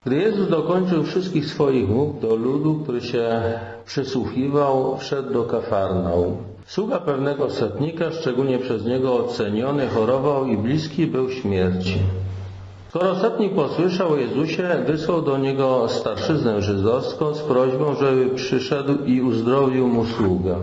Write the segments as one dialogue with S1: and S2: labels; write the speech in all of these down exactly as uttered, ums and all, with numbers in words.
S1: Gdy Jezus dokończył wszystkich swoich mów do ludu, który się przysłuchiwał, wszedł do Kafarnaum. Sługa pewnego setnika, szczególnie przez niego oceniony, chorował i bliski był śmierci. Skoro setnik posłyszał o Jezusie, wysłał do niego starszyznę żydowską z prośbą, żeby przyszedł i uzdrowił mu sługę.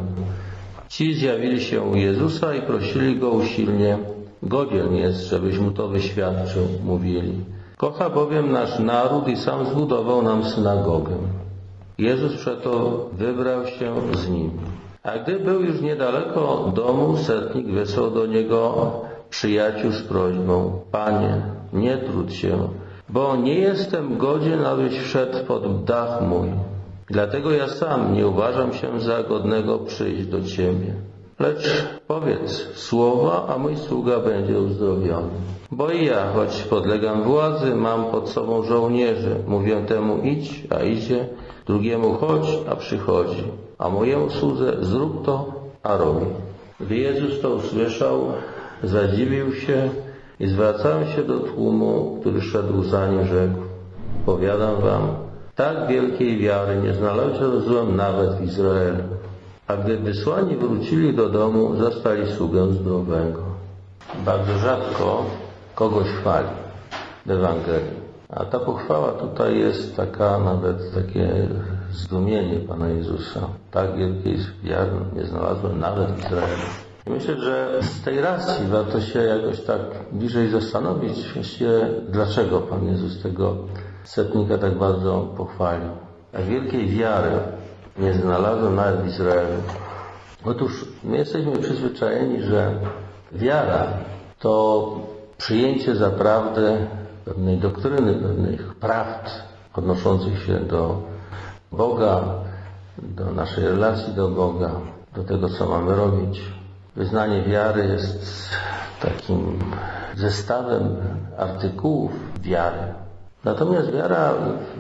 S1: Ci zjawili się u Jezusa i prosili go usilnie: godzien jest, żebyś mu to wyświadczył, mówili. Kocha bowiem nasz naród i sam zbudował nam synagogę. Jezus przeto wybrał się z nim. A gdy był już niedaleko domu, setnik wysłał do niego przyjaciół z prośbą: Panie, nie trudź się, bo nie jestem godzien, abyś wszedł pod dach mój. Dlatego ja sam nie uważam się za godnego przyjść do Ciebie. Lecz powiedz słowa, a mój sługa będzie uzdrowiony. Bo i ja, choć podlegam władzy, mam pod sobą żołnierzy. Mówię temu idź, a idzie, drugiemu chodź, a przychodzi, a mojemu słudze zrób to, a robi. Gdy Jezus to usłyszał, zadziwił się i zwracając się do tłumu, który szedł za nim, rzekł: powiadam wam, tak wielkiej wiary nie znalazłem nawet w Izraelu. A gdy wysłani wrócili do domu, zastali sługę zdrowego. Bardzo rzadko kogoś chwali w Ewangelii. A ta pochwała tutaj jest taka, nawet takie zdumienie Pana Jezusa. Tak wielkiej wiary nie znalazłem nawet w Izraelu. I myślę, że z tej racji warto się jakoś tak bliżej zastanowić, właściwie dlaczego Pan Jezus tego setnika tak bardzo pochwalił. Tak wielkiej wiary nie znalazłem nawet w Izraelu. Otóż my jesteśmy przyzwyczajeni, że wiara to przyjęcie za prawdę pewnej doktryny, pewnych prawd odnoszących się do Boga, do naszej relacji do Boga, do tego, co mamy robić. Wyznanie wiary jest takim zestawem artykułów wiary. Natomiast wiara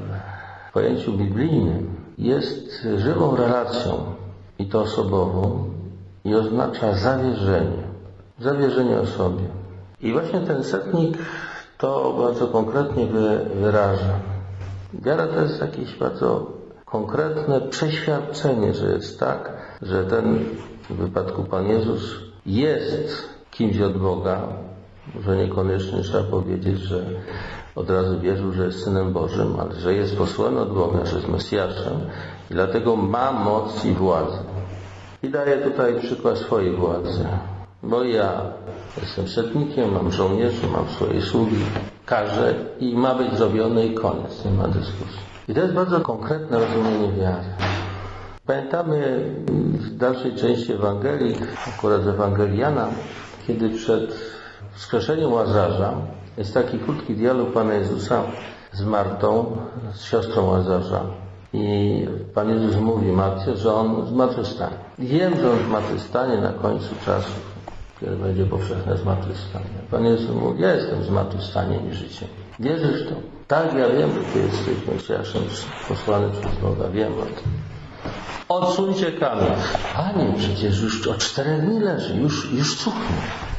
S1: w pojęciu biblijnym jest żywą relacją, i to osobową, i oznacza zawierzenie. Zawierzenie osobie. I właśnie ten setnik to bardzo konkretnie wyraża. Wiara to jest jakieś bardzo konkretne przeświadczenie, że jest tak, że ten, w wypadku Pan Jezus, jest kimś od Boga, że niekoniecznie trzeba powiedzieć, że od razu wierzył, że jest Synem Bożym, ale że jest posłany od Boga, że jest Mesjaszem i dlatego ma moc i władzę. I daje tutaj przykład swojej władzy. Bo ja jestem setnikiem, mam żołnierzy, mam swoje sługi, każę i ma być zrobione i koniec, nie ma dyskusji. I to jest bardzo konkretne rozumienie wiary. Pamiętamy w dalszej części Ewangelii, akurat z Ewangelii Jana, kiedy przed wskrzeszeniem Łazarza jest taki krótki dialog Pana Jezusa z Martą, z siostrą Łazarza. I Pan Jezus mówi Marcie, że On zmartwychwstanie. Wiem, że On zmartwychwstanie na końcu czasów, kiedy będzie powszechne zmartwychwstanie. Pan Jezus mówi: ja jestem zmartwychwstaniem i życiem. Wierzysz w to? Tak, ja wiem, że Ty jesteś Mesjaszem posłany przez Boga. Wiem o tym. Odsuńcie kamień. Panie, przecież już od czterech dni leży, już, już cuchnie.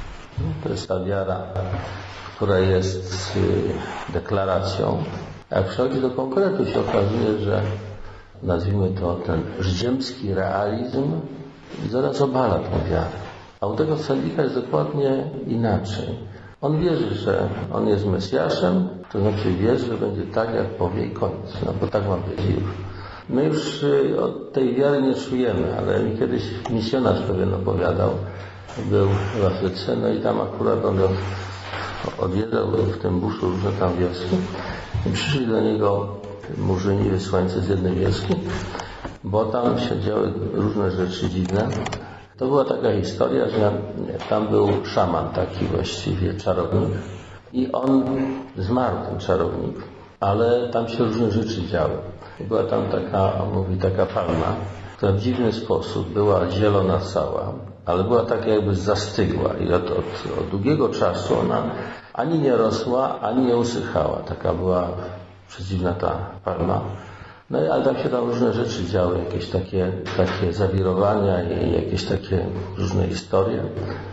S1: To jest ta wiara, która jest deklaracją. Jak przychodzi do konkretu, się okazuje, że nazwijmy to ten ziemski realizm zaraz obala tę wiarę. A u tego setnika jest dokładnie inaczej. On wierzy, że on jest Mesjaszem, to znaczy wierzy, że będzie tak, jak powie i koniec. No bo tak ma być już. My już od tej wiary nie czujemy, ale mi kiedyś misjonarz pewien opowiadał, był w Afryce, no i tam akurat on odwiedzał w tym buszu różne tam wioski i przyszli do niego murzyni, wysłańcy z jednej wioski, bo tam się działy różne rzeczy dziwne. To była taka historia, że tam był szaman taki właściwie, czarownik, i on zmarł, ten czarownik, ale tam się różne rzeczy działy. Była tam taka, on mówi, taka palma, która w dziwny sposób była zielona cała, ale była taka jakby zastygła i od, od, od długiego czasu ona ani nie rosła, ani nie usychała. Taka była przedziwna ta palma. No ale tam się tam różne rzeczy działy, jakieś takie, takie zawirowania i jakieś takie różne historie.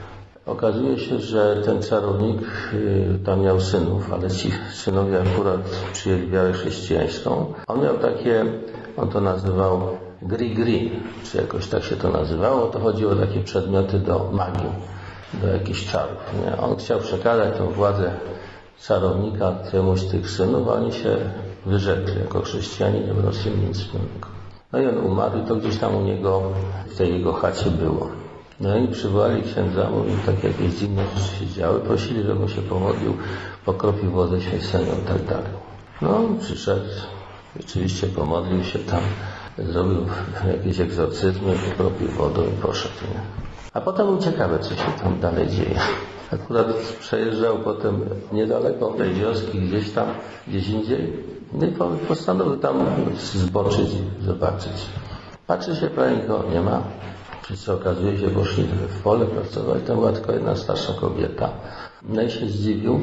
S1: Okazuje się, że ten czarownik y, tam miał synów, ale ci synowie akurat przyjęli wiarę chrześcijańską. On miał takie, on to nazywał gri-gri, czy jakoś tak się to nazywało. To chodziło o takie przedmioty do magii, do jakichś czarów. Nie? On chciał przekazać tą władzę czarownika któremuś z tych synów, a oni się wyrzekli jako chrześcijanie, nie będą z tym nic wspólnego. No i on umarł i to gdzieś tam u niego w tej jego chacie było. No i przywołali księdza, mówili, takie jakieś dziwne rzeczy się działy, prosili, żebym się pomodlił, pokropił wodę święconą i tak dalej. No, przyszedł, rzeczywiście pomodlił się tam, zrobił jakieś egzorcyzmy, pokropił wodą i poszedł. Nie? A potem było ciekawe, co się tam dalej dzieje. Akurat przejeżdżał potem niedaleko tej wioski, gdzieś tam, gdzieś indziej, no i postanowił tam zboczyć, zobaczyć. Patrzy się, prawie nikogo nie ma. Wszyscy okazuje się, poszli w pole pracować, tam była tylko jedna starsza kobieta. No i się zdziwił,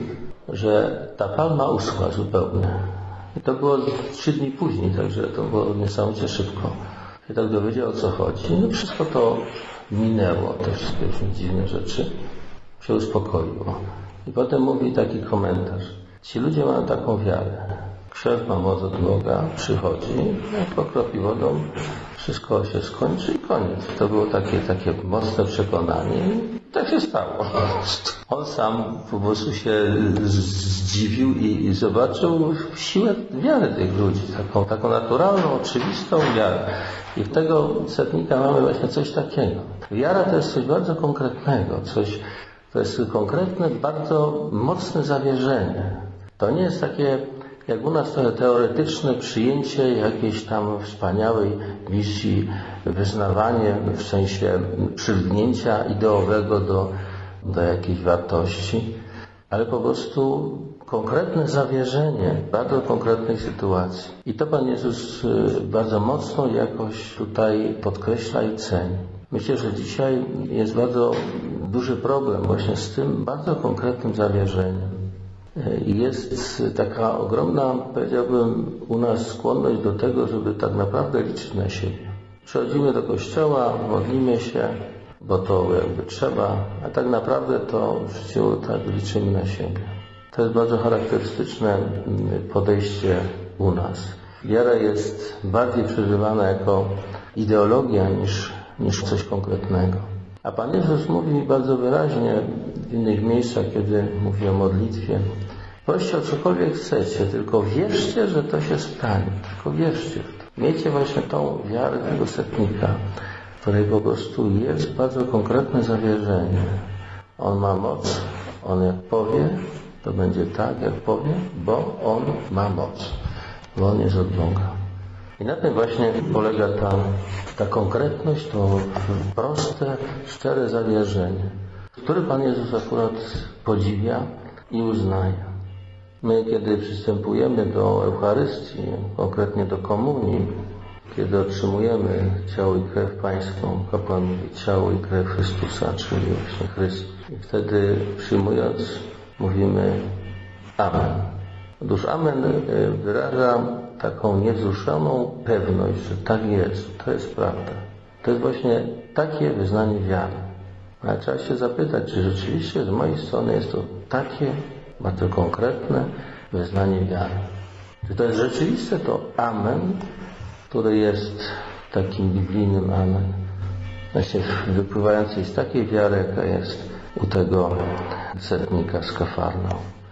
S1: że ta palma uschła zupełnie. I to było trzy dni później, także to było niesamowicie szybko. I tak dowiedział, o co chodzi. No wszystko to minęło, te wszystkie dziwne rzeczy się uspokoiło. I potem mówi taki komentarz. Ci ludzie mają taką wiarę. Ksiądz ma moc od Boga, przychodzi, pokropi wodą, wszystko się skończy i koniec. To było takie, takie mocne przekonanie i tak się stało. On sam po prostu się zdziwił i, i zobaczył siłę wiary tych ludzi, taką, taką naturalną, oczywistą wiarę. I w tego setnika mamy właśnie coś takiego. Wiara to jest coś bardzo konkretnego, coś, to jest konkretne, bardzo mocne zawierzenie. To nie jest takie jak u nas to teoretyczne przyjęcie jakiejś tam wspaniałej wizji, wyznawanie w sensie przylgnięcia ideowego do, do jakiejś wartości, ale po prostu konkretne zawierzenie bardzo konkretnej sytuacji. I to Pan Jezus bardzo mocno jakoś tutaj podkreśla i ceni. Myślę, że dzisiaj jest bardzo duży problem właśnie z tym bardzo konkretnym zawierzeniem. Jest taka ogromna, powiedziałbym, u nas skłonność do tego, żeby tak naprawdę liczyć na siebie. Przychodzimy do kościoła, modlimy się, bo to jakby trzeba, a tak naprawdę to w życiu tak liczymy na siebie. To jest bardzo charakterystyczne podejście u nas. Wiara jest bardziej przeżywana jako ideologia niż, niż coś konkretnego. A Pan Jezus mówi bardzo wyraźnie w innych miejscach, kiedy mówi o modlitwie: proście o cokolwiek chcecie, tylko wierzcie, że to się stanie. Tylko wierzcie w to. Miejcie właśnie tą wiarę tego setnika, w której po prostu jest bardzo konkretne zawierzenie. On ma moc, on jak powie, to będzie tak, jak powie, bo on ma moc, bo on jest od Boga. I na tym właśnie polega ta, ta konkretność, to proste, szczere zawierzenie, które Pan Jezus akurat podziwia i uznaje. My, kiedy przystępujemy do Eucharystii, konkretnie do komunii, kiedy otrzymujemy ciało i krew Pańską, kapłan mówi ciało i krew Chrystusa, czyli właśnie Chrystus. I wtedy przyjmując, mówimy Amen. Otóż Amen wyraża taką niewzruszoną pewność, że tak jest, to jest prawda. To jest właśnie takie wyznanie wiary. Ale trzeba się zapytać, czy rzeczywiście z mojej strony jest to takie bardzo konkretne wyznanie wiary. Czy to jest rzeczywiste to Amen, które jest takim biblijnym Amen, właśnie wypływającej z takiej wiary, jaka jest u tego setnika z Kafarnaum.